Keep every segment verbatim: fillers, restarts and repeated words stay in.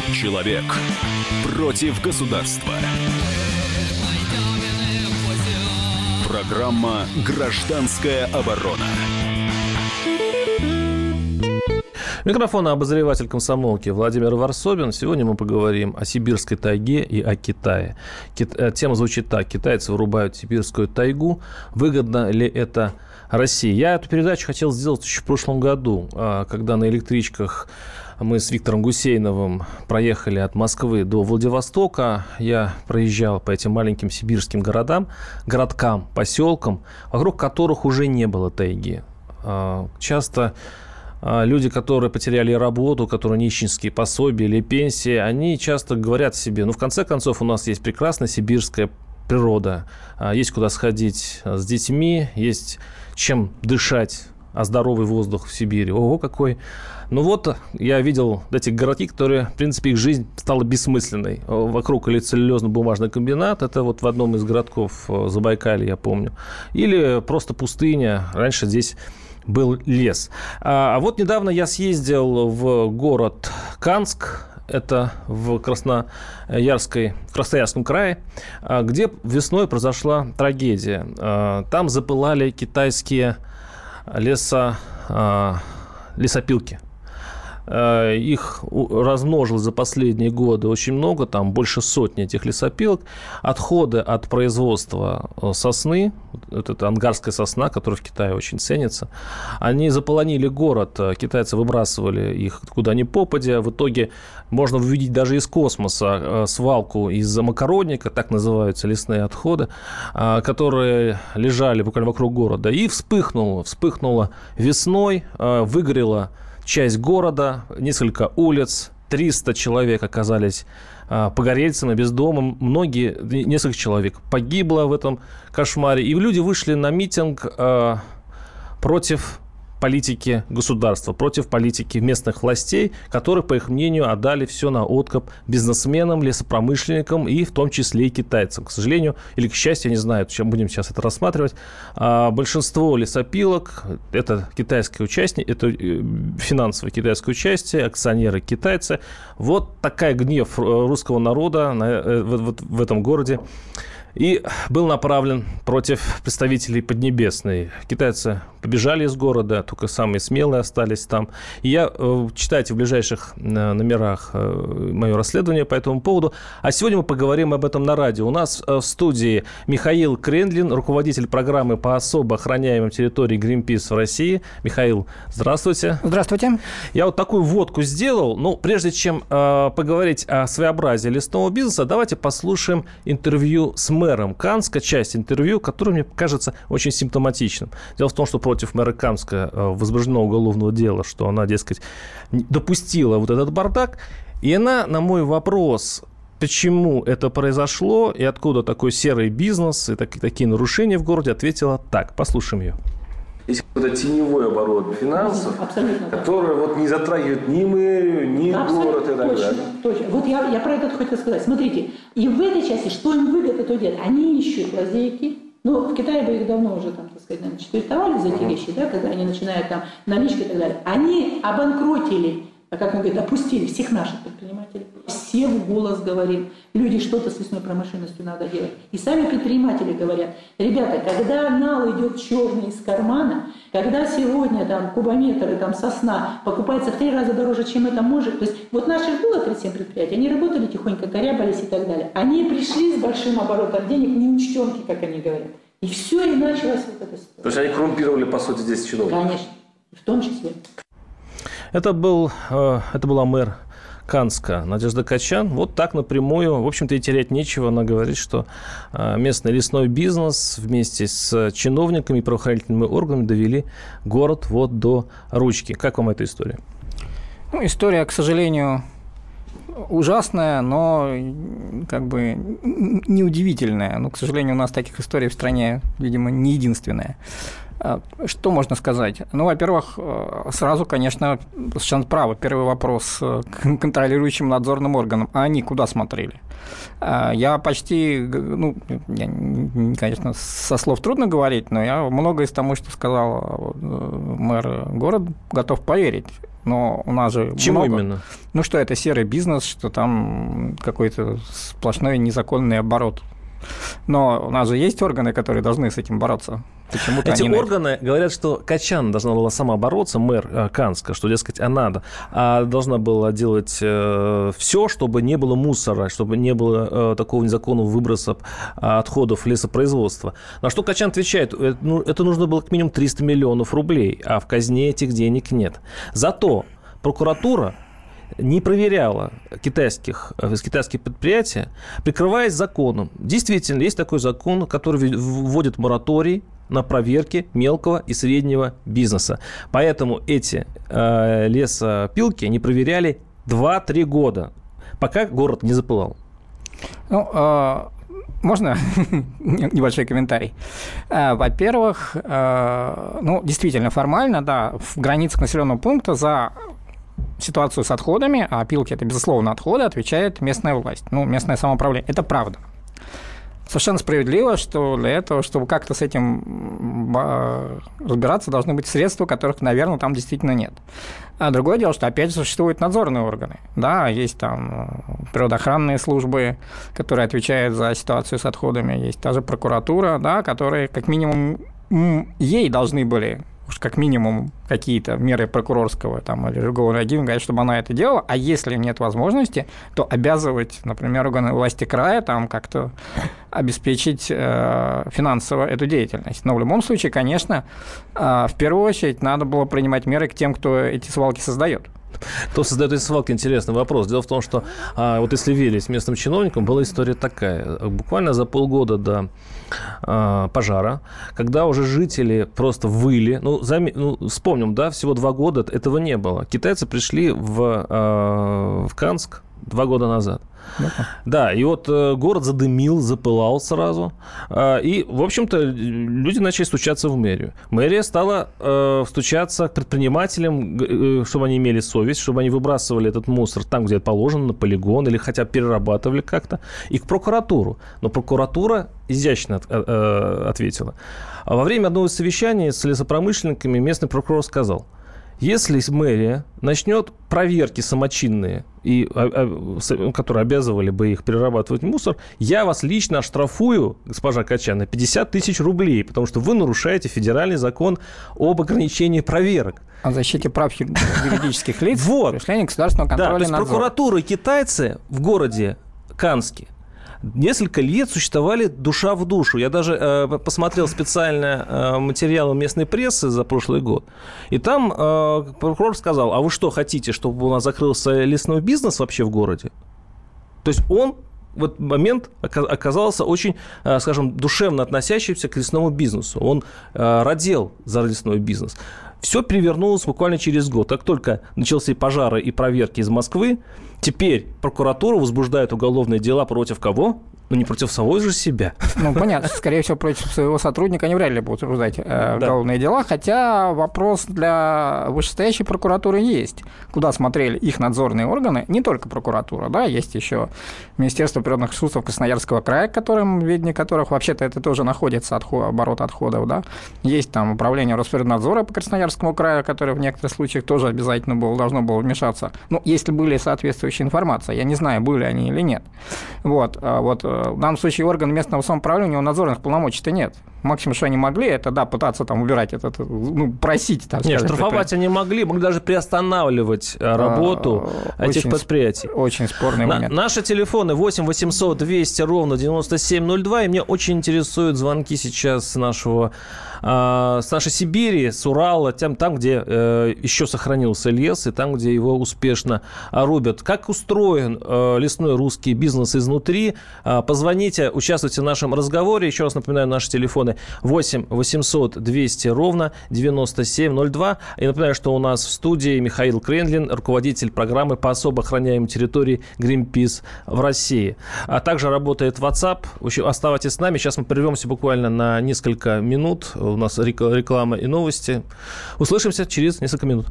Человек против государства. Программа «Гражданская оборона». Микрофон обозреватель комсомолки Владимир Варсобин. Сегодня мы поговорим о сибирской тайге и о Китае. Кит... Тема звучит так. Китайцы вырубают сибирскую тайгу. Выгодно ли это России? Я эту передачу хотел сделать еще в прошлом году, когда на электричках мы с Виктором Гусейновым проехали от Москвы до Владивостока. Я проезжал по этим маленьким сибирским городам, городкам, поселкам, вокруг которых уже не было тайги. Часто люди, которые потеряли работу, которые нищенские пособия или пенсии, они часто говорят себе, ну, в конце концов, у нас есть прекрасная сибирская природа, есть куда сходить с детьми, есть чем дышать, а здоровый воздух в Сибири. Ого, какой! Ну вот, я видел эти городки, которые, в принципе, их жизнь стала бессмысленной. Вокруг или целлюлозно-бумажный комбинат, это вот в одном из городков Забайкалья, я помню. Или просто пустыня. Раньше здесь был лес. А вот недавно я съездил в город Канск, это в Красноярской, в Красноярском крае, где весной произошла трагедия. Там запылали китайские леса, лесопилки. Их размножилось за последние годы очень много, там больше сотни этих лесопилок. Отходы от производства сосны, вот эта ангарская сосна, которая в Китае очень ценится, они заполонили город, китайцы выбрасывали их куда ни попадя. В итоге можно увидеть даже из космоса свалку из макаронника, так называются лесные отходы, которые лежали буквально вокруг города. И вспыхнуло, вспыхнуло весной, выгорело часть города, несколько улиц, триста человек оказались а, погорельцами, без дома, многие, несколько человек погибло в этом кошмаре, и люди вышли на митинг а, против политики государства, против политики местных властей, которые, по их мнению, отдали все на откуп бизнесменам, лесопромышленникам и в том числе и китайцам. К сожалению, или к счастью, я не знаю, чем будем сейчас это рассматривать, а большинство лесопилок – это китайские участники, это финансовое китайское участие, акционеры китайцы. Вот такая гнев русского народа на, в, в, в этом городе и был направлен против представителей Поднебесной. Китайцы побежали из города, только самые смелые остались там. И я, читайте в ближайших номерах мое расследование по этому поводу. А сегодня мы поговорим об этом на радио. У нас в студии Михаил Крендлин, руководитель программы по особо охраняемым территориям Greenpeace в России. Михаил, здравствуйте. Здравствуйте. Я вот такую вводку сделал. Но прежде чем э, поговорить о своеобразии лесного бизнеса, давайте послушаем интервью с мэром Канска, часть интервью, которое, мне кажется, очень симптоматичным. Дело в том, что против мэра Канска возбуждено уголовное дело, что она, дескать, допустила вот этот бардак. И она на мой вопрос, почему это произошло и откуда такой серый бизнес и так, такие нарушения в городе, ответила так. Послушаем ее. Есть какой-то теневой оборот финансов, абсолютно, который да. вот не затрагивает ни мэрию, ни абсолютно город и так точно, далее. Точно. Вот я, я про это хотела сказать. Смотрите, и в этой части, что им выгодно, то делать. Они ищут лазейки. Ну, в Китае бы их давно уже, там, так сказать, наверное, четвертовали за эти вещи, да, когда они начинают там наличка и так далее. Они обанкротили, а как он говорит, опустили всех наших предпринимателей. Все в голос говорим, люди, что-то с лесной промышленностью надо делать. И сами предприниматели говорят, ребята, когда нал идет черный из кармана, когда сегодня там кубометр и там сосна покупается в три раза дороже, чем это может, то есть вот наших было тридцать семь предприятий, они работали тихонько, корябались и так далее. Они пришли с большим оборотом денег, неучтенки, как они говорят. И все, и началось вот это. То есть они коррумпировали, по сути, здесь чиновников? Конечно, в том числе. Это, был, это была мэр Канска Надежда Качан. Вот так напрямую, в общем-то, и терять нечего. Она говорит, что местный лесной бизнес вместе с чиновниками и правоохранительными органами довели город вот до ручки. Как вам эта история? Ну, история, к сожалению, ужасная, но как бы неудивительная. Но, к сожалению, у нас таких историй в стране, видимо, не единственная. Что можно сказать? Ну, во-первых, сразу, конечно, совершенно правы. Первый вопрос к контролирующим надзорным органам. А они куда смотрели? Я почти, ну, я, конечно, со слов трудно говорить, но я многое из того, что сказал мэр города, готов поверить. но у нас же Чему много. Именно? Ну, что это серый бизнес, что там какой-то сплошной незаконный оборот. Но у нас же есть органы, которые должны с этим бороться. Почему-то Эти они органы говорят, что Качан должна была сама бороться, мэр э, Канска, что, дескать, она а должна была делать э, все, чтобы не было мусора, чтобы не было э, такого незаконного выброса э, отходов лесопроизводства. На что Качан отвечает, это, ну, это нужно было как минимум триста миллионов рублей, а в казне этих денег нет. Зато прокуратура не проверяла китайских, китайские предприятия, прикрываясь законом. Действительно, есть такой закон, который вводит мораторий на проверки мелкого и среднего бизнеса. Поэтому эти э, лесопилки не проверяли два-три года, пока город не запылал. Ну, э, можно небольшой комментарий? Э, во-первых, э, ну, действительно, формально, да, в границах населенного пункта за ситуацию с отходами, а опилки – это, безусловно, отходы, отвечает местная власть, ну, местное самоуправление. Это правда. Совершенно справедливо, что для этого, чтобы как-то с этим разбираться, должны быть средства, которых, наверное, там действительно нет. А другое дело, что, опять же, существуют надзорные органы. Да, есть там природоохранные службы, которые отвечают за ситуацию с отходами, есть та же прокуратура, да, которые, как минимум, ей должны были уж как минимум какие-то меры прокурорского там, или другого реагирования, говорят, чтобы она это делала, а если нет возможности, то обязывать, например, органы власти края там как-то обеспечить э, финансово эту деятельность. Но в любом случае, конечно, э, в первую очередь надо было принимать меры к тем, кто эти свалки создает. Кто создает эти свалки, интересный вопрос. Дело в том, что а, вот если верить местным чиновникам, была история такая. Буквально за полгода до а, пожара, когда уже жители просто выли, ну, зам... ну, вспомним, да, всего два года этого не было. Китайцы пришли в, а, в Канск два года назад. Uh-huh. Да, и вот э, город задымил, запылал сразу. Э, и, в общем-то, люди начали стучаться в мэрию. Мэрия стала э, стучаться к предпринимателям, э, чтобы они имели совесть, чтобы они выбрасывали этот мусор там, где это положено, на полигон, или хотя бы перерабатывали как-то, и к прокуратуру. Но прокуратура изящно от, э, ответила. А во время одного из совещаний с лесопромышленниками местный прокурор сказал: если мэрия начнет проверки самочинные, и, которые обязывали бы их перерабатывать мусор, я вас лично оштрафую, госпожа Качан, на пятьдесят тысяч рублей, потому что вы нарушаете федеральный закон об ограничении проверок. О защите прав юридических лиц, вот. осуществлении государственного контроля и надзора. Да, то есть прокуратура и китайцы в городе Канске несколько лет существовали душа в душу. Я даже э, посмотрел специально э, материалы местной прессы за прошлый год. И там э, прокурор сказал: а вы что, хотите, чтобы у нас закрылся лесной бизнес вообще в городе? То есть он в этот момент оказался очень, э, скажем, душевно относящимся к лесному бизнесу. Он э, родил за лесной бизнес. Все перевернулось буквально через год. Как только начались пожары и проверки из Москвы, теперь прокуратура возбуждает уголовные дела против кого? Ну, не против самого же себя. Ну, понятно. Скорее всего, против своего сотрудника они вряд ли будут возбуждать э, да. уголовные дела. Хотя вопрос для вышестоящей прокуратуры есть. Куда смотрели их надзорные органы, не только прокуратура, да, есть еще Министерство природных ресурсов Красноярского края, которым, в ведении которых вообще-то это тоже находится отход, оборот отходов, да. Есть там управление Росприроднадзора по Красноярскому краю, которое в некоторых случаях тоже обязательно было, должно было вмешаться. Ну, если были соответствующие информации. Я не знаю, были они или нет. Вот, вот. В данном случае орган местного самоуправления, у надзорных полномочий-то нет. Максимум, что они могли, это, да, пытаться там убирать этот, ну, просить, так Нет, сказать. штрафовать они могли, могли даже приостанавливать работу а, этих очень, предприятий. Очень спорный На, момент. Наши телефоны восемь восемьсот двести ровно девяносто семь ноль два, и мне очень интересуют звонки сейчас с нашего, э, с нашей Сибири, с Урала, там, там где э, еще сохранился лес, и там, где его успешно рубят. Как устроен э, лесной русский бизнес изнутри? Э, позвоните, участвуйте в нашем разговоре. Еще раз напоминаю, наши телефоны восемь восемьсот двести ровно девяносто семь ноль два. И напоминаю, что у нас в студии Михаил Крендлин, руководитель программы по особо охраняемой территории Greenpeace в России. А также работает WhatsApp. В общем, оставайтесь с нами. Сейчас мы прервемся буквально на несколько минут. У нас реклама и новости. Услышимся через несколько минут.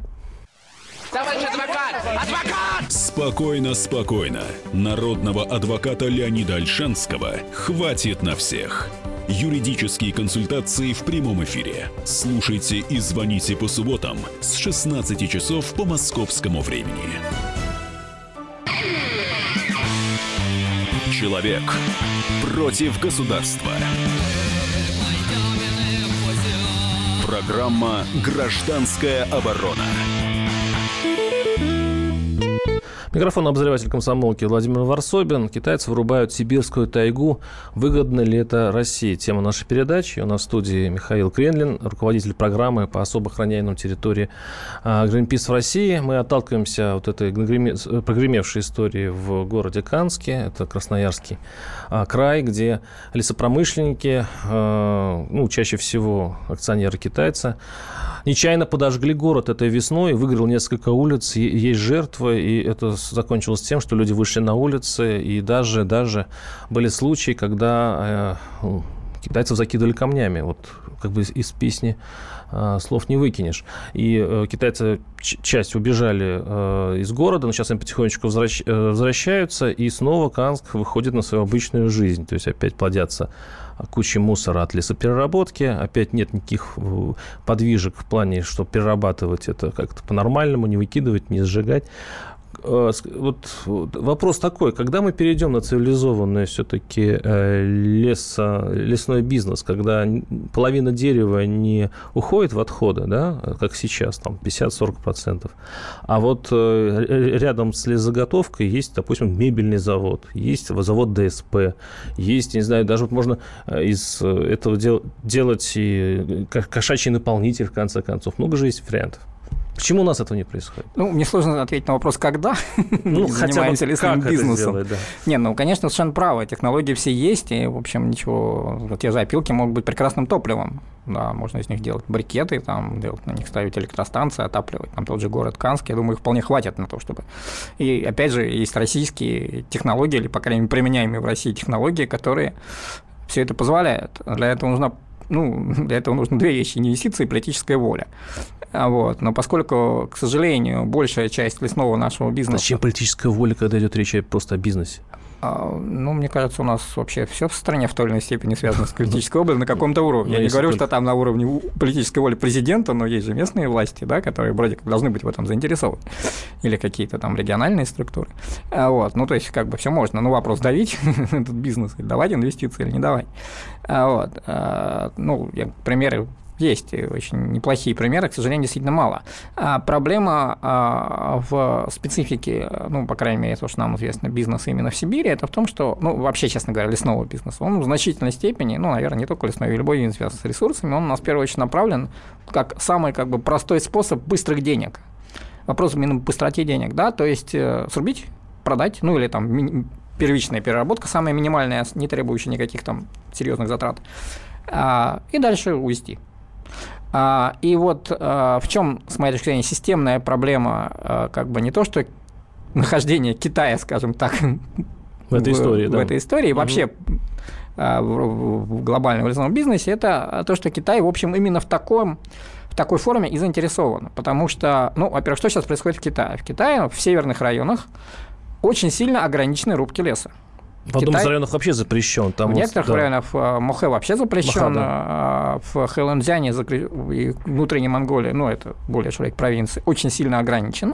Товарищ адвокат! Адвокат! Спокойно, спокойно. Народного адвоката Леонида Ольшанского хватит на всех. Юридические консультации в прямом эфире. Слушайте и звоните по субботам с шестнадцати часов по московскому времени. Человек против государства. Программа «Гражданская оборона». Микрофон обозреватель комсомолки Владимир Варсобин. Китайцы вырубают сибирскую тайгу. Выгодно ли это России? Тема нашей передачи. У нас в студии Михаил Кренлин, руководитель программы по особо охраняемым территории Greenpeace в России. Мы отталкиваемся от этой прогремевшей истории в городе Канске. Это Красноярский край, где лесопромышленники, ну, чаще всего акционеры китайцы, нечаянно подожгли город этой весной, выгорело несколько улиц, есть жертвы, и это закончилось тем, что люди вышли на улицы, и даже, даже были случаи, когда э, китайцев закидывали камнями, вот как бы из песни э, слов не выкинешь. И э, китайцы ч- часть убежали э, из города, но сейчас они потихонечку возвращ- э, возвращаются, и снова Канск выходит на свою обычную жизнь, то есть опять плодятся кучи мусора от лесопереработки, опять нет никаких подвижек в плане, чтобы перерабатывать это как-то по-нормальному, не выкидывать, не сжигать. Вот вопрос такой, когда мы перейдем на цивилизованный все-таки лесо, лесной бизнес, когда половина дерева не уходит в отходы, да, как сейчас, там пятьдесят-сорок процентов, а вот рядом с лесозаготовкой есть, допустим, мебельный завод, есть завод ДСП, есть, не знаю, даже вот можно из этого дел- делать и кошачий наполнитель, в конце концов, много же есть вариантов. Почему у нас этого не происходит? Ну, мне сложно ответить на вопрос, когда ну, мы занимаемся лесным бизнесом. Сделать, да. Не, ну, конечно, совершенно правы. Технологии все есть, и, в общем, ничего. Те же опилки могут быть прекрасным топливом. Да, можно из них делать брикеты, там, делать на них ставить электростанции, отапливать. Там тот же город Канск, я думаю, их вполне хватит на то, чтобы... И, опять же, есть российские технологии, или, по крайней мере, применяемые в России технологии, которые все это позволяют. Для этого нужна Ну, для этого нужны две вещи – инвестиции и политическая воля. Вот. Но поскольку, к сожалению, большая часть лесного нашего бизнеса… Зачем политическая воля, когда идет речь просто о бизнесе? Ну, мне кажется, у нас вообще все в стране в той или иной степени связано с политической областью на каком-то уровне. Я не говорю, что там на уровне политической воли президента, но есть же местные власти, да, которые вроде как должны быть в этом заинтересованы. Или какие-то там региональные структуры. Вот. Ну, то есть, как бы все можно. Ну, вопрос давить этот бизнес, давать инвестиции или не давать. Вот. Ну, я примеры есть очень неплохие примеры, к сожалению, действительно мало. А проблема а, в специфике, ну, по крайней мере, то, что нам известно, бизнеса именно в Сибири, это в том, что, ну, вообще, честно говоря, лесного бизнеса, он в значительной степени, ну, наверное, не только лесной, любой бизнес связан с ресурсами, он у нас в первую очередь направлен как самый, как бы, простой способ быстрых денег. Вопрос именно в быстроте денег, да, то есть срубить, продать, ну, или там ми- первичная переработка, самая минимальная, не требующая никаких там серьезных затрат, а, и дальше увезти. А, и вот а, в чем, с моей точки зрения, системная проблема, а, как бы не то, что нахождение Китая, скажем так, в этой в, истории, в да. этой истории, угу. вообще а, в, в глобальном лесном бизнесе, это то, что Китай, в общем, именно в таком в такой форме и заинтересован. Потому что, ну, во-первых, что сейчас происходит в Китае? В Китае, в северных районах, очень сильно ограничены рубки леса. В одном из районов вообще запрещен. Там в вот, некоторых да. районах Мохэ вообще запрещен, Маха, да. В Хэлэнцзяне и внутренней Монголии, ну, это более широкие провинции, очень сильно ограничено.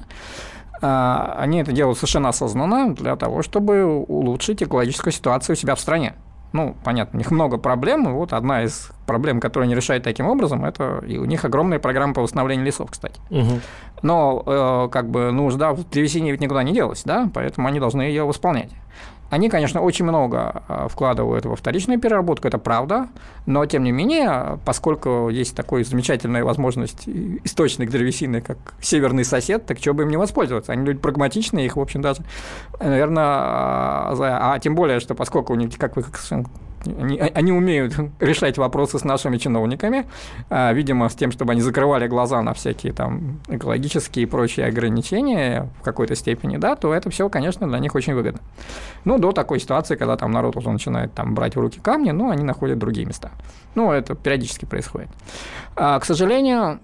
Они это делают совершенно осознанно для того, чтобы улучшить экологическую ситуацию у себя в стране. Ну, понятно, у них много проблем, и вот одна из проблем, которые они решают таким образом, это и у них огромная программа по восстановлению лесов, кстати. Угу. Но э, как бы нужда в древесине ведь никуда не делась, да, поэтому они должны ее восполнять. Они, конечно, очень много вкладывают во вторичную переработку, это правда, но, тем не менее, поскольку есть такая замечательная возможность, источник древесины, как северный сосед, так чего бы им не воспользоваться? Они люди прагматичные, их, в общем, даже, наверное, а тем более, что поскольку у них, как вы Они, они умеют решать вопросы с нашими чиновниками, видимо, с тем, чтобы они закрывали глаза на всякие там экологические и прочие ограничения в какой-то степени, да, то это все, конечно, для них очень выгодно. Ну, до такой ситуации, когда там народ уже начинает там брать в руки камни, ну, они находят другие места. Ну, это периодически происходит. К сожалению,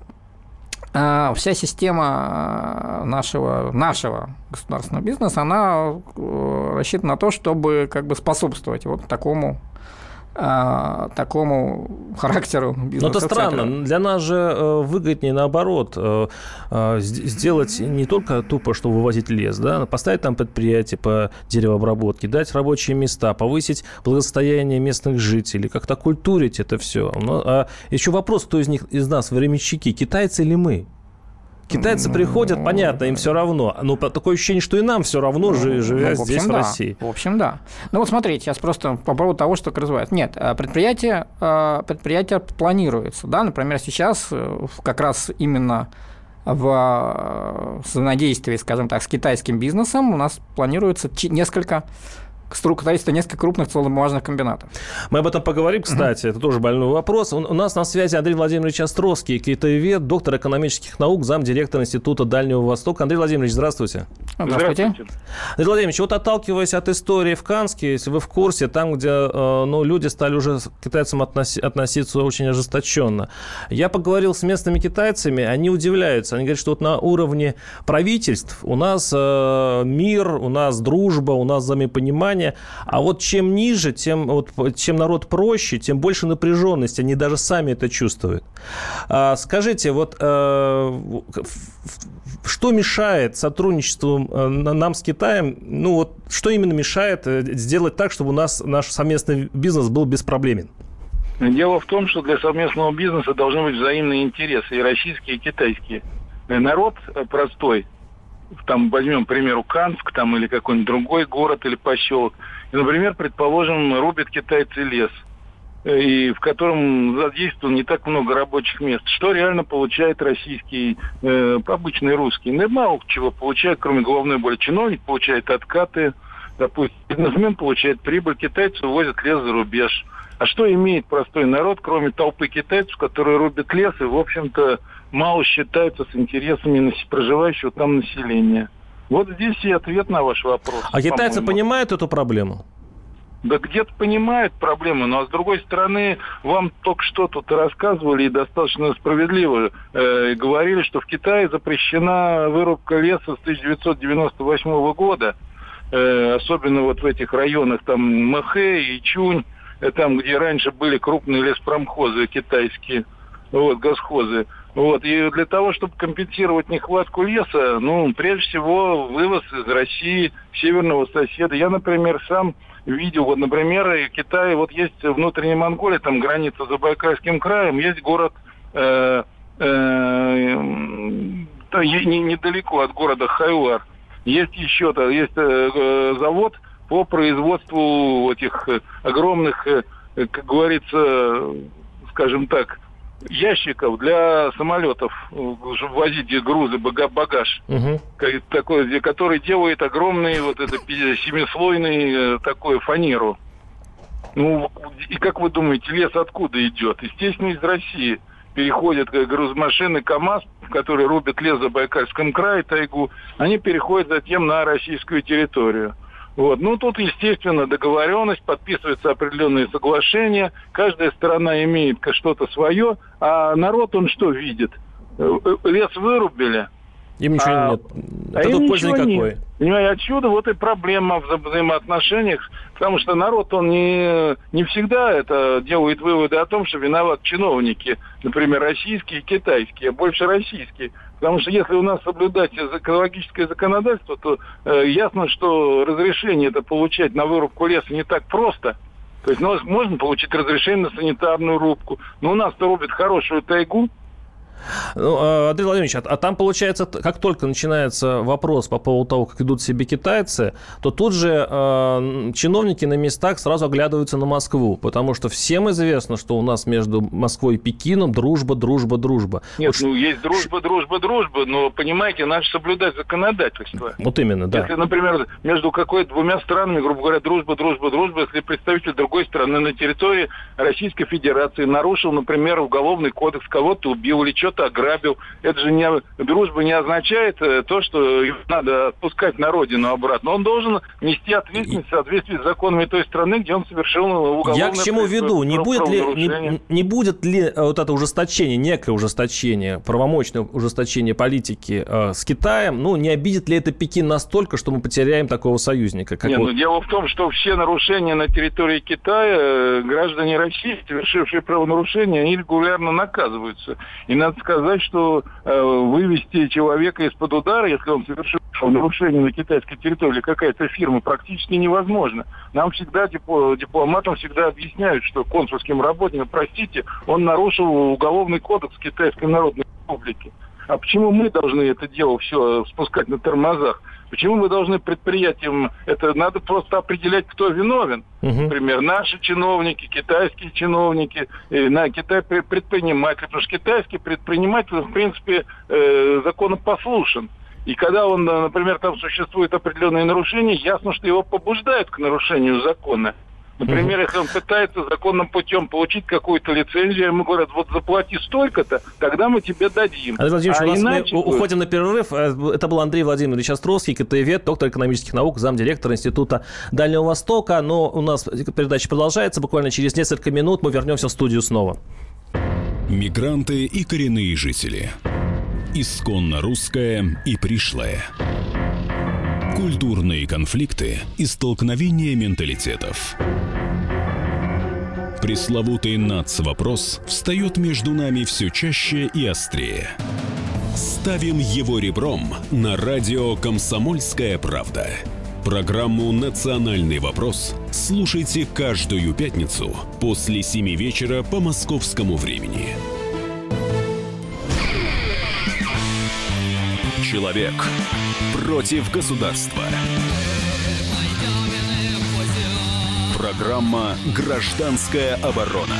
вся система нашего, нашего государственного бизнеса, она рассчитана на то, чтобы как бы способствовать вот такому э, такому характеру бизнеса. Но это странно. Для нас же э, выгоднее, наоборот, э, э, сделать не только тупо, чтобы вывозить лес, да, поставить там предприятие по деревообработке, дать рабочие места, повысить благосостояние местных жителей, как-то культурить это все. Но, а еще вопрос, кто из них, из нас временщики, китайцы или мы? Китайцы приходят, понятно, им все равно. Но такое ощущение, что и нам все равно, живя ну, здесь, в да. России. В общем, да. Ну вот смотрите, сейчас просто по поводу того, что развивается. Нет, предприятие, предприятие планируется. Да? Например, сейчас как раз именно в взаимодействии, скажем так, с китайским бизнесом у нас планируется несколько строительство несколько крупных целлулозно-бумажных комбинатов. Мы об этом поговорим, кстати, uh-huh. это тоже больной вопрос. У нас на связи Андрей Владимирович Островский, китаевед, доктор экономических наук, замдиректора Института Дальнего Востока. Андрей Владимирович, здравствуйте. Здравствуйте. Андрей Владимирович, вот отталкиваясь от истории в Канске, если вы в курсе, там, где ну, люди стали уже к китайцам относи- относиться очень ожесточенно. Я поговорил с местными китайцами, они удивляются. Они говорят, что вот на уровне правительств у нас э, мир, у нас дружба, у нас взаимопонимание. А вот чем ниже, тем, вот, чем народ проще, тем больше напряженности. Они даже сами это чувствуют. А, скажите, вот а, что мешает сотрудничеству нам с Китаем? Ну вот что именно мешает сделать так, чтобы у нас наш совместный бизнес был беспроблемен? Дело в том, что для совместного бизнеса должны быть взаимные интересы, и российские, и китайские. Народ простой, там возьмем, к примеру, Канск там, или какой-нибудь другой город или поселок, и, например, предположим, рубят китайцы лес, и в котором задействовано не так много рабочих мест. Что реально получает российский, э, обычный русский? Ну, мало чего получает, кроме головной боли. Чиновник получает откаты, допустим, бизнесмен получает прибыль, китайцы увозят лес за рубеж. А что имеет простой народ, кроме толпы китайцев, которые рубят лес и, в общем-то, мало считаются с интересами проживающего там населения? Вот здесь и ответ на ваш вопрос. А китайцы понимают эту проблему? Да где-то понимают проблему, но, а с другой стороны, вам только что тут рассказывали и достаточно справедливо э, говорили, что в Китае запрещена вырубка леса с тысяча девятьсот девяносто восьмого года, э, особенно вот в этих районах, там, Мэхэ, Ичунь, там, где раньше были крупные леспромхозы китайские, вот, госхозы. Вот, и для того, чтобы компенсировать нехватку леса, ну, прежде всего, вывоз из России, северного соседа. Я, например, сам видел, вот, например, в Китае, вот есть внутренняя Монголия, там граница с Забайкальским краем, есть город э, э, недалеко от города Хайуар. Есть еще есть э, завод по производству этих огромных, как говорится, скажем так, ящиков для самолетов, чтобы возить грузы, багаж, угу. такой, который делает огромный вот это семислойный такой фанеру. Ну, и как вы думаете, лес откуда идет? Естественно, из России. Переходят грузомашины КАМАЗ, которые рубят лес в Забайкальском крае, тайгу, они переходят затем на российскую территорию. Вот. Ну, тут, естественно, договоренность, подписываются определенные соглашения, каждая сторона имеет что-то свое, а народ, он что видит? Лес вырубили. Им ничего а, нет. От этого пользы никакой. Понимаете, отсюда вот и проблема в взаимоотношениях, потому что народ, он не, не всегда это делает выводы о том, что виноваты чиновники, например, российские и китайские, а больше российские. Потому что если у нас соблюдать экологическое законодательство, то э, ясно, что разрешение это получать на вырубку леса не так просто. То есть ну, можно получить разрешение на санитарную рубку, но у нас-то рубят хорошую тайгу. Ну, Андрей Владимирович, а, а там, получается, как только начинается вопрос по поводу того, как идут себя китайцы, то тут же э, чиновники на местах сразу оглядываются на Москву, потому что всем известно, что у нас между Москвой и Пекином дружба, дружба, дружба. Нет, вот ну, есть дружба, ш... дружба, дружба, но, понимаете, надо соблюдать законодательство. Вот именно, да. Если, например, между какой-то двумя странами, грубо говоря, дружба, дружба, дружба, если представитель другой страны на территории Российской Федерации нарушил, например, уголовный кодекс, кого-то убил или что что-то ограбил. Это же не, дружба не означает то, что его надо отпускать на родину обратно. Он должен нести ответственность в соответствии с законами той страны, где он совершил уголовное. Я к чему веду? Не будет ли, не, не будет ли вот это ужесточение, некое ужесточение, правомочное ужесточение политики э, с Китаем, ну, не обидит ли это Пекин настолько, что мы потеряем такого союзника? Как Нет, вот... ну, дело в том, что все нарушения на территории Китая, граждане России, совершившие правонарушения, они регулярно наказываются. И надо сказать, что э, вывести человека из-под удара, если он совершил нарушение на китайской территории или какая-то фирма, практически невозможно. Нам всегда, дипломатам всегда объясняют, что консульским работникам, простите, он нарушил уголовный кодекс Китайской Народной Республики. А почему мы должны это дело все спускать на тормозах? Почему мы должны предприятиям... Это надо просто определять, кто виновен. Uh-huh. Например, наши чиновники, китайские чиновники, на Китай предприниматели. Потому что китайский предприниматель, в принципе, э, законопослушен. И когда он, например, там существуют определенные нарушения, ясно, что его побуждают к нарушению закона. Например, если он пытается законным путем получить какую-то лицензию, ему говорят, вот заплати столько-то, тогда мы тебе дадим. Андрей Владимирович, а у нас иначе... мы уходим на перерыв. Это был Андрей Владимирович Островский, КТВ, доктор экономических наук, замдиректора Института Дальнего Востока. Но у нас передача продолжается. Буквально через несколько минут мы вернемся в студию снова. Мигранты и коренные жители. Исконно русское и пришлое. Культурные конфликты и столкновения менталитетов. Пресловутый нацвопрос встает между нами все чаще и острее. Ставим его ребром на радио «Комсомольская правда». Программу «Национальный вопрос» слушайте каждую пятницу после семи вечера по московскому времени. Человек против государства. Программа «Гражданская оборона».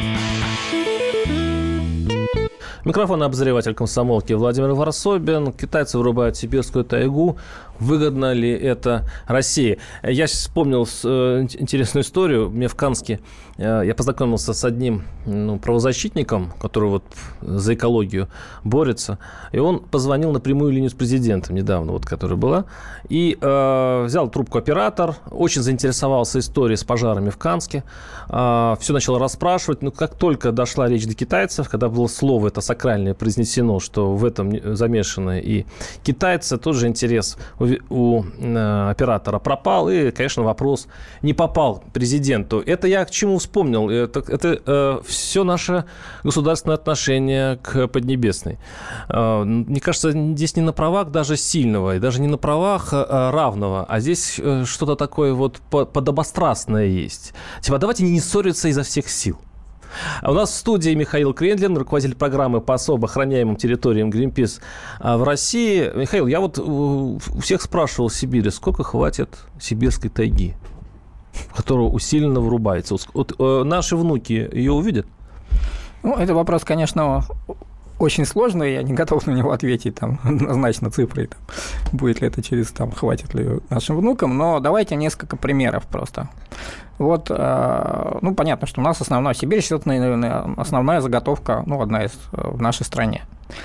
Микрофон обозреватель комсомолки Владимир Варсобин. Китайцы вырубают сибирскую тайгу. Выгодно ли это России? Я вспомнил э, интересную историю. Мне в Канске э, я познакомился с одним ну, правозащитником, который вот за экологию борется. И он позвонил на прямую линию с президентом недавно, вот, которая была. И э, взял трубку оператор. Очень заинтересовался историей с пожарами в Канске. Э, все начал расспрашивать. Но как только дошла речь до китайцев, когда было слово это сакральное произнесено, что в этом замешаны и китайцы, тот же интерес у, у э, оператора пропал, и, конечно, вопрос не попал президенту. Это я к чему вспомнил? Это, это э, все наше государственное отношение к Поднебесной. Э, мне кажется, здесь не на правах даже сильного, и даже не на правах э, равного, а здесь э, что-то такое вот подобострастное есть. Типа, давайте не ссориться изо всех сил. У нас в студии Михаил Крендлин, руководитель программы по особо охраняемым территориям Greenpeace в России. Михаил, я вот у всех спрашивал в Сибири, сколько хватит сибирской тайги, которая усиленно вырубается. Вот, э, наши внуки ее увидят? Ну, это вопрос, конечно, очень сложный, я не готов на него ответить там, однозначно цифрой, там, будет ли это через, там, хватит ли нашим внукам, но давайте несколько примеров просто. Вот, ну, понятно, что у нас основная Сибирь, основная заготовка, ну, одна из в нашей стране.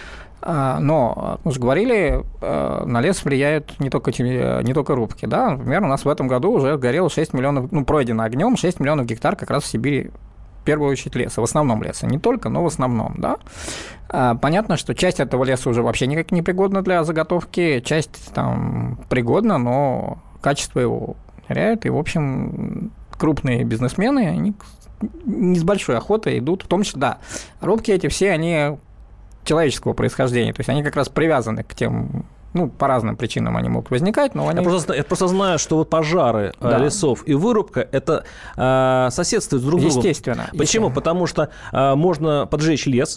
Но, мы же говорили, на лес влияют не только, не только рубки, да, например, у нас в этом году уже горело шесть миллионов, ну, пройдено огнем шесть миллионов гектар как раз в Сибири, в первую очередь леса, в основном леса, не только, но в основном, да. Понятно, что часть этого леса уже вообще никак не пригодна для заготовки, часть там пригодна, но качество его теряют, и, в общем, крупные бизнесмены, они не с большой охотой идут, в том числе, да, рубки эти все, они человеческого происхождения, то есть они как раз привязаны к тем... Ну, по разным причинам они могут возникать, но они... Я просто, я просто знаю, что вот пожары да. лесов и вырубка – это э, соседствуют друг с другом. Естественно. Почему? Естественно. Потому что э, можно поджечь лес,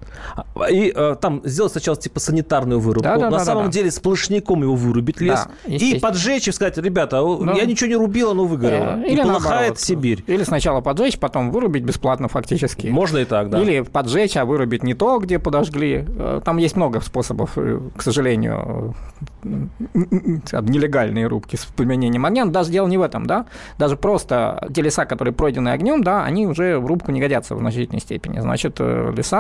и э, там сделать сначала типа санитарную вырубку, да, да, на да, самом да, деле да. сплошняком его вырубить лес, да, и поджечь и сказать, ребята, да. я ничего не рубил, оно выгорело. Или и полыхает наоборот. Сибирь. Или сначала поджечь, потом вырубить бесплатно фактически. Можно и так, да. Или поджечь, а вырубить не то, где подожгли. Там есть много способов, к сожалению, нелегальные рубки с применением огня. Даже дело не в этом, да. Даже просто те леса, которые пройдены огнем, да, они уже в рубку не годятся в значительной степени. Значит, леса, у лесов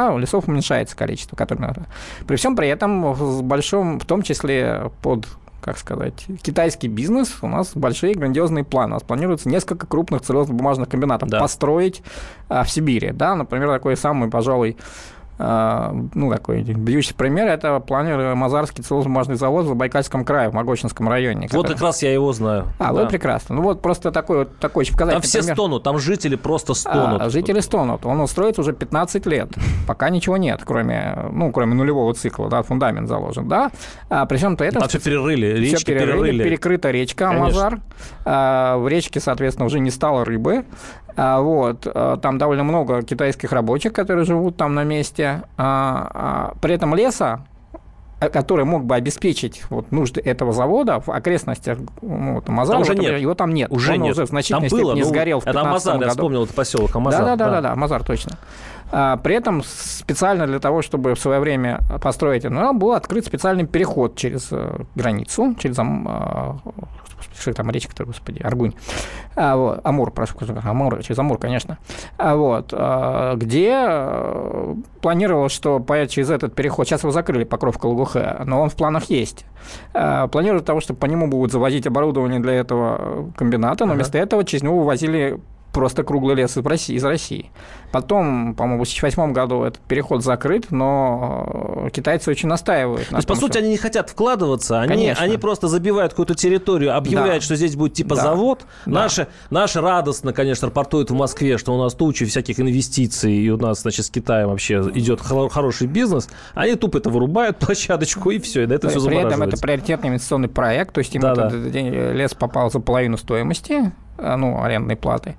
уменьшается количество, которое надо. При всем при этом, с большим, в том числе под, как сказать, китайский бизнес, у нас большие грандиозные планы. У нас планируется несколько крупных целлюлозно-бумажных комбинатов да. построить а, в Сибири. Да? Например, такой самый, пожалуй, ну, такой бьющий пример, это планирую Мазарский целлюлозно-бумажный завод в Забайкальском крае, в Могочинском районе. Вот который... как раз я его знаю. А, да. Вот прекрасно. Ну, вот просто такой, вот, такой очень показательный Там все пример. стонут, там жители просто стонут. А, жители стонут. Он строится уже пятнадцать лет. Пока ничего нет, кроме, ну, кроме нулевого цикла, да, фундамент заложен, да. А, при всем-то этом... Там все перерыли, речки все перерыли, перерыли. Перекрыта речка Амазар. А, в речке, соответственно, уже не стало рыбы. А, вот. Там довольно много китайских рабочих, которые живут там на месте. А, а, при этом леса, который мог бы обеспечить вот, нужды этого завода в окрестностях ну, вот, Амазара, там вот, его там нет. Уже Он нет. уже в значительной там было, степени ну, сгорел в это Амазар, году. Я вспомнил, это поселок Амазар. Да, да, да, да, да, Амазар, точно. А, при этом специально для того, чтобы в свое время построить это, был открыт специальный переход через границу, через что там речка-то, господи, Аргунь, а, вот, Амур, прошу, Амур, через Амур, конечно, а, вот, а, где а, планировалось, что через этот переход, сейчас его закрыли, Покровка Лугухэ, но он в планах есть, а, планируют того, что по нему будут завозить оборудование для этого комбината, но ага. вместо этого через него вывозили просто круглый лес из России, из России. Потом, по-моему, в две тысячи восьмом году этот переход закрыт, но китайцы очень настаивают. То есть, по сути, что... они не хотят вкладываться, они, они просто забивают какую-то территорию, объявляют, да. что здесь будет типа да. завод. Да. Наши, наши радостно, конечно, рапортуют в Москве, что у нас туча всяких инвестиций, и у нас, значит, с Китаем вообще идет хороший бизнес. Они тупо это вырубают, площадочку, и все, и на это все замораживается. При этом это приоритетный инвестиционный проект, то есть им да, этот да. лес попал за половину стоимости, ну, арендной платы.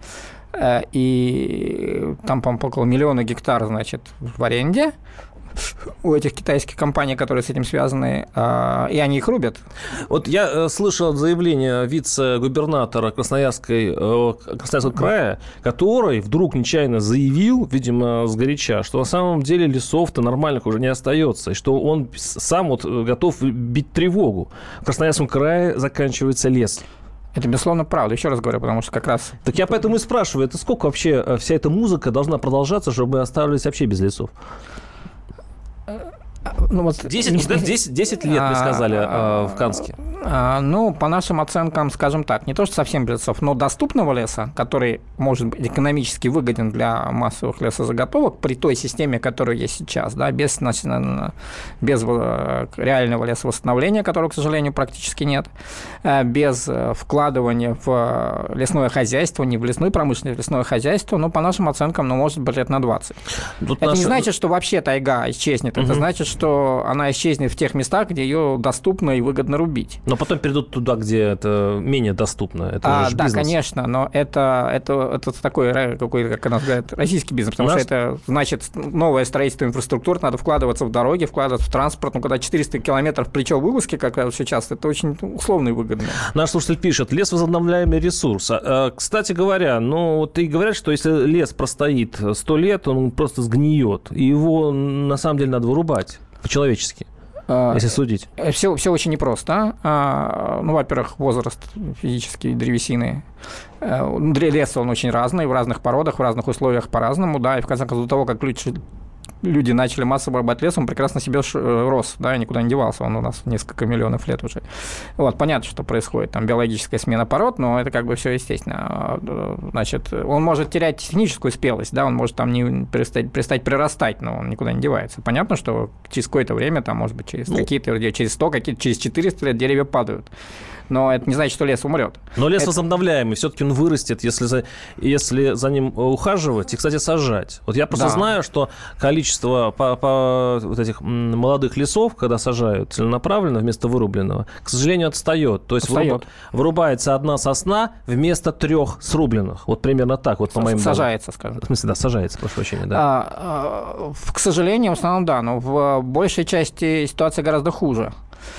И там, по-моему, около миллиона гектар, значит, в аренде у этих китайских компаний, которые с этим связаны, и они их рубят. Вот я слышал заявление вице-губернатора Красноярской, Красноярского края, который вдруг нечаянно заявил, видимо, сгоряча, что на самом деле лесов-то нормальных уже не остается, и что он сам вот готов бить тревогу. В Красноярском крае заканчивается лес. Это, безусловно, правда. Еще раз говорю, потому что как раз... Так я поэтому и спрашиваю, это сколько вообще вся эта музыка должна продолжаться, чтобы мы оставались вообще без лесов? Ну, вот... десять, десять, десять лет, мне сказали, а, в Канске. А, ну, по нашим оценкам, скажем так, не то, что совсем без лесов, но доступного леса, который может быть экономически выгоден для массовых лесозаготовок при той системе, которая есть сейчас, да, без, значит, без реального лесовосстановления, которого, к сожалению, практически нет, без вкладывания в лесное хозяйство, не в лесную промышленность, в лесное хозяйство, но по нашим оценкам, ну, может быть, лет на двадцать. Тут Это наши... не значит, что вообще тайга исчезнет, угу. это значит, что она исчезнет в тех местах, где ее доступно и выгодно рубить. Но потом перейдут туда, где это менее доступно. Это а, уже да, бизнес. Конечно, но это, это, это такой, какой, как она говорит, российский бизнес, потому Наш... что это значит новое строительство инфраструктуры, надо вкладываться в дороги, вкладываться в транспорт. Ну, когда четыреста километров плечо-вывозки, как сейчас, это очень условно и выгодно. Наш слушатель пишет, лес – возобновляемый ресурс. А, кстати говоря, ну, вот и говорят, что если лес простоит сто лет, он просто сгниет, и его на самом деле надо вырубать. По-человечески, если судить. Все, все очень непросто. Ну, во-первых, возраст физической древесины. Лес, он очень разный, в разных породах, в разных условиях по-разному, да, и в конце концов, до того, как люди... люди начали массово обрабатывать лес, он прекрасно себе рос, да, никуда не девался, он у нас несколько миллионов лет уже. Вот, понятно, что происходит там биологическая смена пород, но это как бы все естественно. Значит, он может терять техническую спелость, да, он может там не перестать, перестать прирастать, но он никуда не девается. Понятно, что через какое-то время, там, может быть, через ну, какие-то, через сто, какие-то, через четыреста лет деревья падают. Но это не значит, что лес умрет. Но лес это... возобновляемый, все-таки он вырастет, если за, если за ним ухаживать и, кстати, сажать. Вот я просто да. знаю, что количество по, по вот этих молодых лесов, когда сажают целенаправленно вместо вырубленного, к сожалению, отстает. То есть отстает. Вырубается одна сосна вместо трех срубленных. Вот примерно так, вот по моим данным. Сажается, скажем. В смысле, да, сажается, прошу прощения. Да. А, а, к сожалению, в основном, да, но в большей части ситуация гораздо хуже.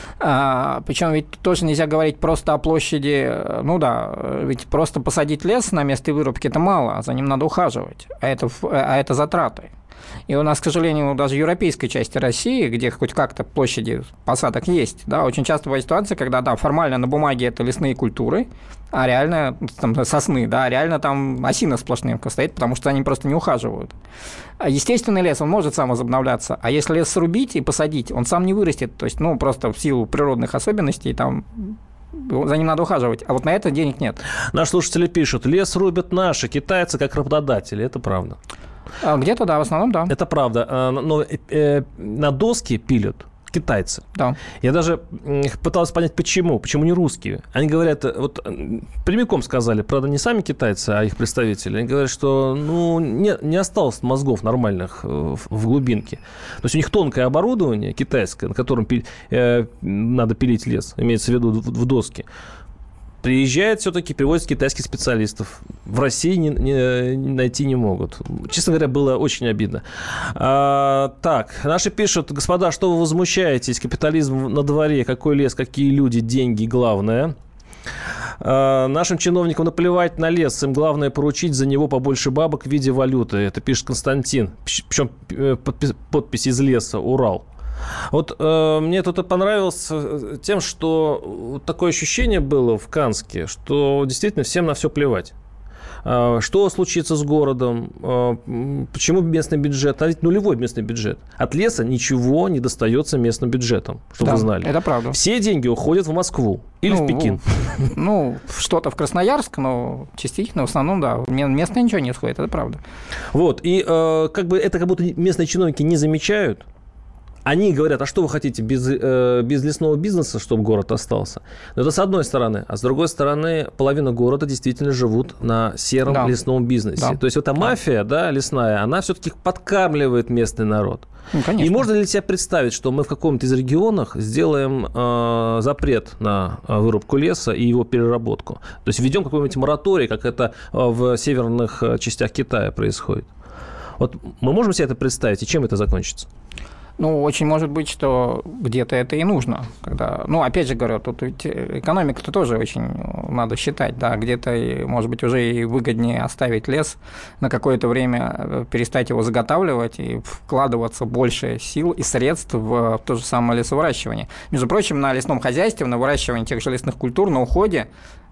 А, причем ведь тоже нельзя говорить просто о площади, ну да, ведь просто посадить лес на месте вырубки – это мало, за ним надо ухаживать, а это, а это затраты. И у нас, к сожалению, даже в европейской части России, где хоть как-то площади посадок есть, да, очень часто бывает ситуация, когда, да, формально на бумаге это лесные культуры, а реально там, сосны, да, а реально там осина сплошным стоит, потому что они просто не ухаживают. Естественный лес, он может сам возобновляться, а если лес срубить и посадить, он сам не вырастет, то есть, ну, просто в силу природных особенностей там за ним надо ухаживать, а вот на это денег нет. Наши слушатели пишут, лес рубят наши, китайцы как работодатели, это правда. Где-то, да, в основном, да. Это правда, но э, на доски пилят китайцы. Да. Я даже пытался понять, почему. Почему не русские? Они говорят, вот прямиком сказали, правда, не сами китайцы, а их представители. Они говорят, что ну, не, не осталось мозгов нормальных в, в глубинке. То есть у них тонкое оборудование китайское, на котором пиль, э, надо пилить лес, имеется в виду в, в доски. Приезжает все-таки, привозят китайских специалистов. В России не, не, не найти не могут. Честно говоря, было очень обидно. А, так, наши пишут, господа, что вы возмущаетесь? Капитализм на дворе, какой лес, какие люди, деньги, главное. А, нашим чиновникам наплевать на лес, им главное поручить за него побольше бабок в виде валюты. Это пишет Константин. Причем подпись, подпись из леса, Урал. Вот э, мне тут понравилось тем, что такое ощущение было в Канске, что действительно всем на все плевать. Э, что случится с городом, э, почему местный бюджет, а ведь нулевой местный бюджет. От леса ничего не достается местным бюджетам, чтобы да, вы знали. Это правда. Все деньги уходят в Москву или ну, в Пекин. Ну, что-то в Красноярск, но частично, в основном, да, местное ничего не уходит, это правда. Вот, и э, как бы это как будто местные чиновники не замечают. Они говорят, а что вы хотите, без, э, без лесного бизнеса, чтобы город остался? Но это с одной стороны. А с другой стороны, половина города действительно живут на сером да. лесном бизнесе. Да. То есть эта мафия да, лесная, она все-таки подкармливает местный народ. Ну, конечно. И можно ли себе представить, что мы в каком-то из регионах сделаем э, запрет на вырубку леса и его переработку? То есть введем какой-нибудь мораторий, как это в северных частях Китая происходит? Вот мы можем себе это представить, и чем это закончится? Ну, очень может быть, что где-то это и нужно. Когда, ну, опять же говорю, тут ведь экономика-то тоже очень надо считать, да, где-то, может быть, уже и выгоднее оставить лес на какое-то время, перестать его заготавливать и вкладываться больше сил и средств в то же самое лесовыращивание. Между прочим, на лесном хозяйстве, на выращивании тех же лесных культур, на уходе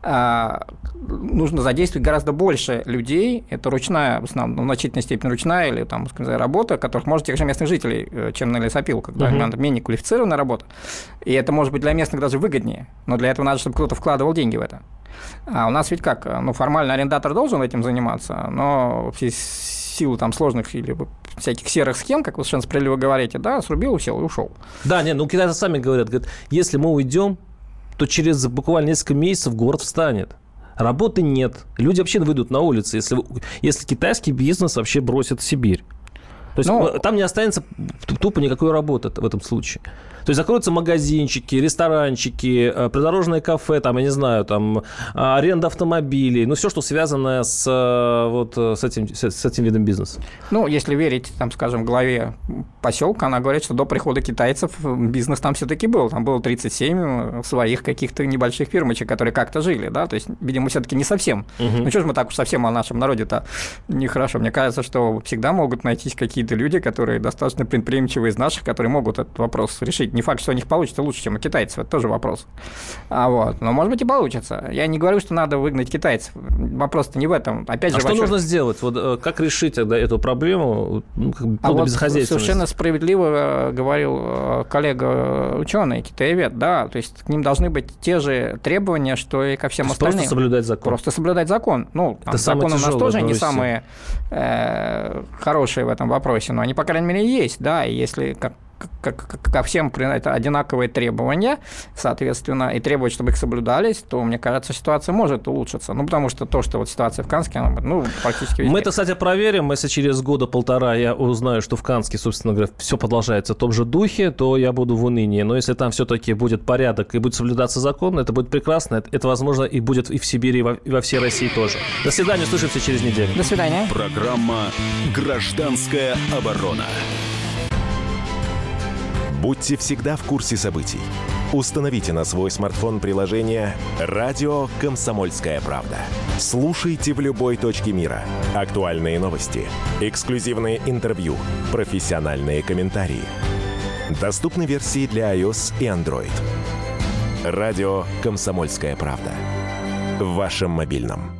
нужно задействовать гораздо больше людей. Это ручная, в основном, в значительной степени ручная или там, скажем, работа, которых может тех же местных жителей, чем на лесопилках. Да, uh-huh. менее квалифицированная работа. И это может быть для местных даже выгоднее. Но для этого надо, чтобы кто-то вкладывал деньги в это. А у нас ведь как? Ну, формально арендатор должен этим заниматься, но в силу там сложных или всяких серых схем, как вы совершенно справедливо говорите, да, срубил, сел и ушел. Да, нет, ну китайцы сами говорят, говорят, если мы уйдем, то через буквально несколько месяцев город встанет. Работы нет. Люди вообще выйдут на улицы, если, если китайский бизнес вообще бросит в Сибирь. То есть ну, там не останется тупо никакой работы в этом случае. То есть закроются магазинчики, ресторанчики, придорожное кафе, там, я не знаю, там, аренда автомобилей, ну, все, что связано с, вот, с, этим, с этим видом бизнеса. Ну, если верить, там, скажем, главе поселка, она говорит, что до прихода китайцев бизнес там все-таки был. Там было тридцать семь своих каких-то небольших фирмочек, которые как-то жили, да, то есть, видимо, все-таки не совсем. Угу. Ну, что ж мы так уж совсем о нашем народе-то нехорошо. Мне кажется, что всегда могут найтись какие-то люди, которые достаточно предприимчивые из наших, которые могут этот вопрос решить. Не факт, что у них получится лучше, чем у китайцев, это тоже вопрос. А вот. Но, может быть, и получится. Я не говорю, что надо выгнать китайцев. Вопрос-то не в этом. Опять же, а что ваше... нужно сделать? Вот, как решить тогда эту проблему? Ну, как бы, а вот совершенно справедливо говорил коллега ученый, китаевед, да, то есть к ним должны быть те же требования, что и ко всем то остальным. Просто соблюдать закон. Просто соблюдать закон. Ну, там, законы у нас тоже не самые э, хорошие в этом вопросе, но они, по крайней мере, есть, да, и если как ко всем это одинаковые требования, соответственно, и требовать, чтобы их соблюдались, то, мне кажется, ситуация может улучшиться. Ну, потому что то, что вот ситуация в Канске, она, ну, практически везде. Мы это, кстати, проверим. Если через года-полтора я узнаю, что в Канске, собственно говоря, все продолжается в том же духе, то я буду в унынии. Но если там все-таки будет порядок и будет соблюдаться закон, это будет прекрасно. Это, это возможно, и будет и в Сибири, и во, и во всей России тоже. До свидания. Услышимся через неделю. До свидания. Программа «Гражданская оборона». Будьте всегда в курсе событий. Установите на свой смартфон приложение «Радио Комсомольская правда». Слушайте в любой точке мира. Актуальные новости, эксклюзивные интервью, профессиональные комментарии. Доступны версии для iOS и Android. «Радио Комсомольская правда». В вашем мобильном.